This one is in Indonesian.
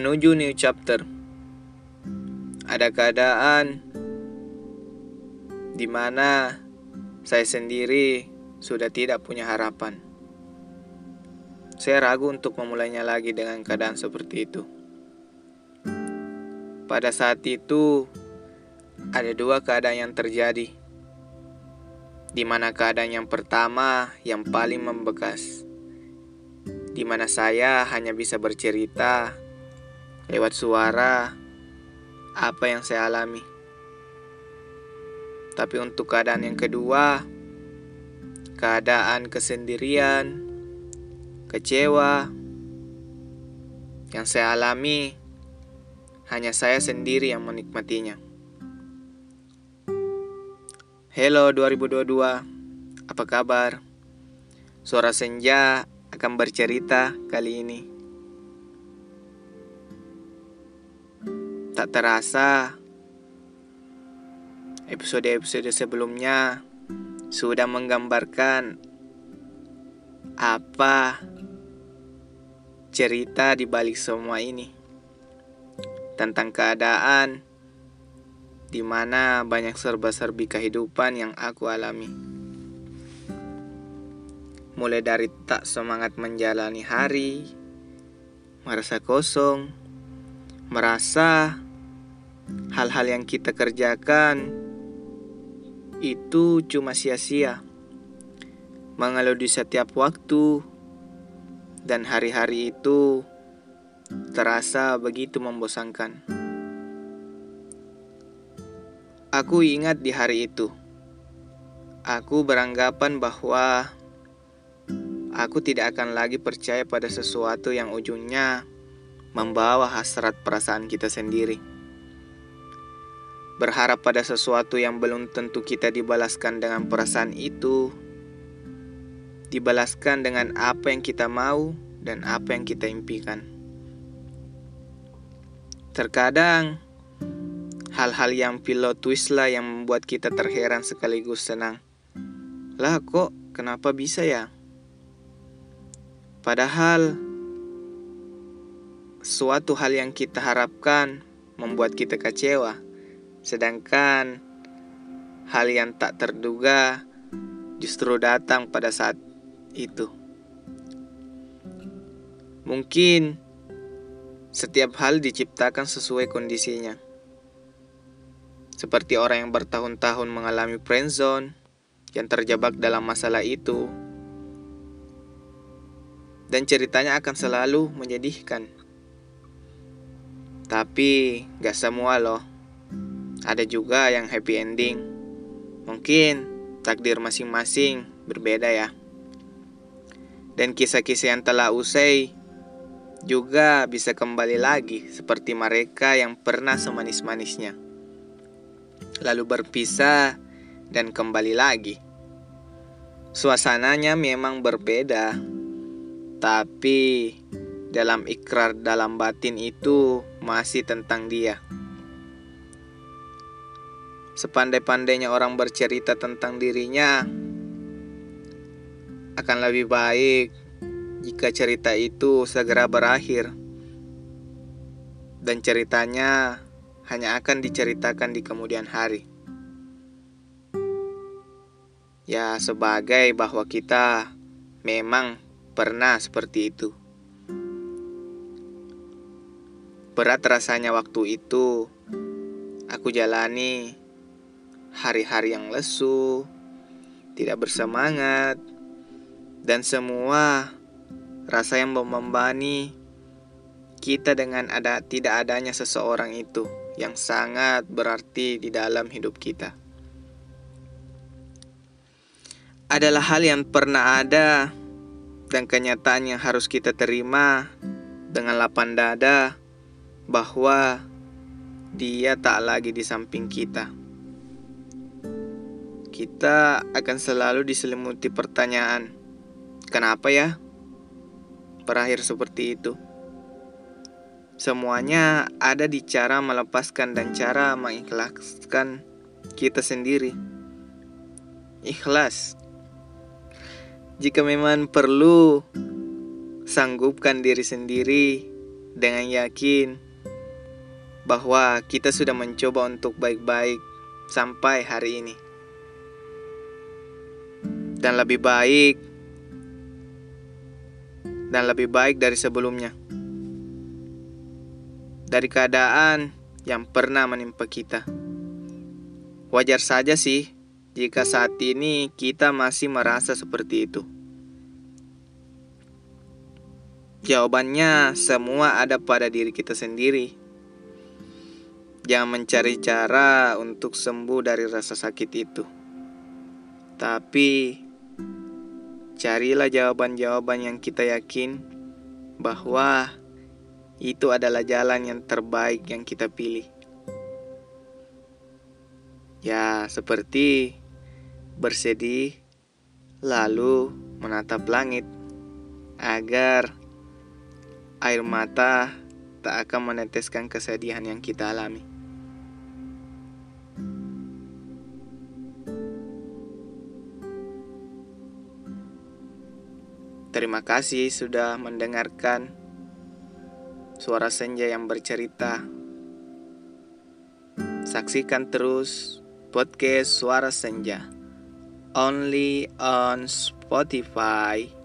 Menuju new chapter. Ada keadaan di mana saya sendiri sudah tidak punya harapan. Saya ragu untuk memulainya lagi dengan keadaan seperti itu. Pada saat itu, ada dua keadaan yang terjadi, di mana keadaan yang pertama yang paling membekas, di mana saya hanya bisa bercerita lewat suara apa yang saya alami. Tapi untuk keadaan yang kedua, keadaan kesendirian, kecewa, yang saya alami hanya saya sendiri yang menikmatinya. Hello 2022, apa kabar? Suara senja akan bercerita kali ini. Tak terasa, episode-episode sebelumnya sudah menggambarkan apa cerita di balik semua ini. Tentang keadaan di mana banyak serba-serbi kehidupan yang aku alami. Mulai dari tak semangat menjalani hari, merasa kosong, merasa hal-hal yang kita kerjakan itu cuma sia-sia, mengeluh di setiap waktu, dan hari-hari itu terasa begitu membosankan. Aku ingat di hari itu, aku beranggapan bahwa aku tidak akan lagi percaya pada sesuatu yang ujungnya membawa hasrat perasaan kita sendiri. Berharap pada sesuatu yang belum tentu kita dibalaskan dengan perasaan itu, dibalaskan dengan apa yang kita mau dan apa yang kita impikan. Terkadang hal-hal yang plot twist lah yang membuat kita terheran sekaligus senang. Lah kok kenapa bisa ya? Padahal suatu hal yang kita harapkan membuat kita kecewa, sedangkan hal yang tak terduga justru datang pada saat itu. Mungkin setiap hal diciptakan sesuai kondisinya. Seperti orang yang bertahun-tahun mengalami friendzone, yang terjebak dalam masalah itu, dan ceritanya akan selalu menyedihkan. Tapi gak semua loh. Ada juga yang happy ending. Mungkin takdir masing-masing berbeda ya. Dan kisah-kisah yang telah usai juga bisa kembali lagi seperti mereka yang pernah semanis-manisnya, lalu berpisah dan kembali lagi. Suasananya memang berbeda, tapi dalam ikrar dalam batin itu masih tentang dia. Sepandai-pandainya orang bercerita tentang dirinya, akan lebih baik jika cerita itu segera berakhir dan ceritanya hanya akan diceritakan di kemudian hari. Ya, sebagai bahwa kita memang pernah seperti itu. Berat rasanya waktu itu aku jalani hari-hari yang lesu, tidak bersemangat, dan semua rasa yang membebani kita dengan tidak adanya seseorang itu yang sangat berarti di dalam hidup kita. Adalah hal yang pernah ada dan kenyataan yang harus kita terima dengan lapang dada bahwa dia tak lagi di samping kita. Kita akan selalu diselimuti pertanyaan, kenapa ya berakhir seperti itu? Semuanya ada di cara melepaskan dan cara mengikhlaskan kita sendiri. Ikhlas. Jika memang perlu, sanggupkan diri sendiri dengan yakin bahwa kita sudah mencoba untuk baik-baik sampai hari ini. Dan lebih baik dari sebelumnya. Dari keadaan yang pernah menimpa kita. Wajar saja sih jika saat ini kita masih merasa seperti itu. Jawabannya semua ada pada diri kita sendiri. Jangan mencari cara untuk sembuh dari rasa sakit itu. Tapi carilah jawaban-jawaban yang kita yakin bahwa itu adalah jalan yang terbaik yang kita pilih. Ya, seperti bersedih lalu menatap langit agar air mata tak akan meneteskan kesedihan yang kita alami. Terima kasih sudah mendengarkan suara senja yang bercerita. Saksikan terus podcast Suara Senja only on Spotify.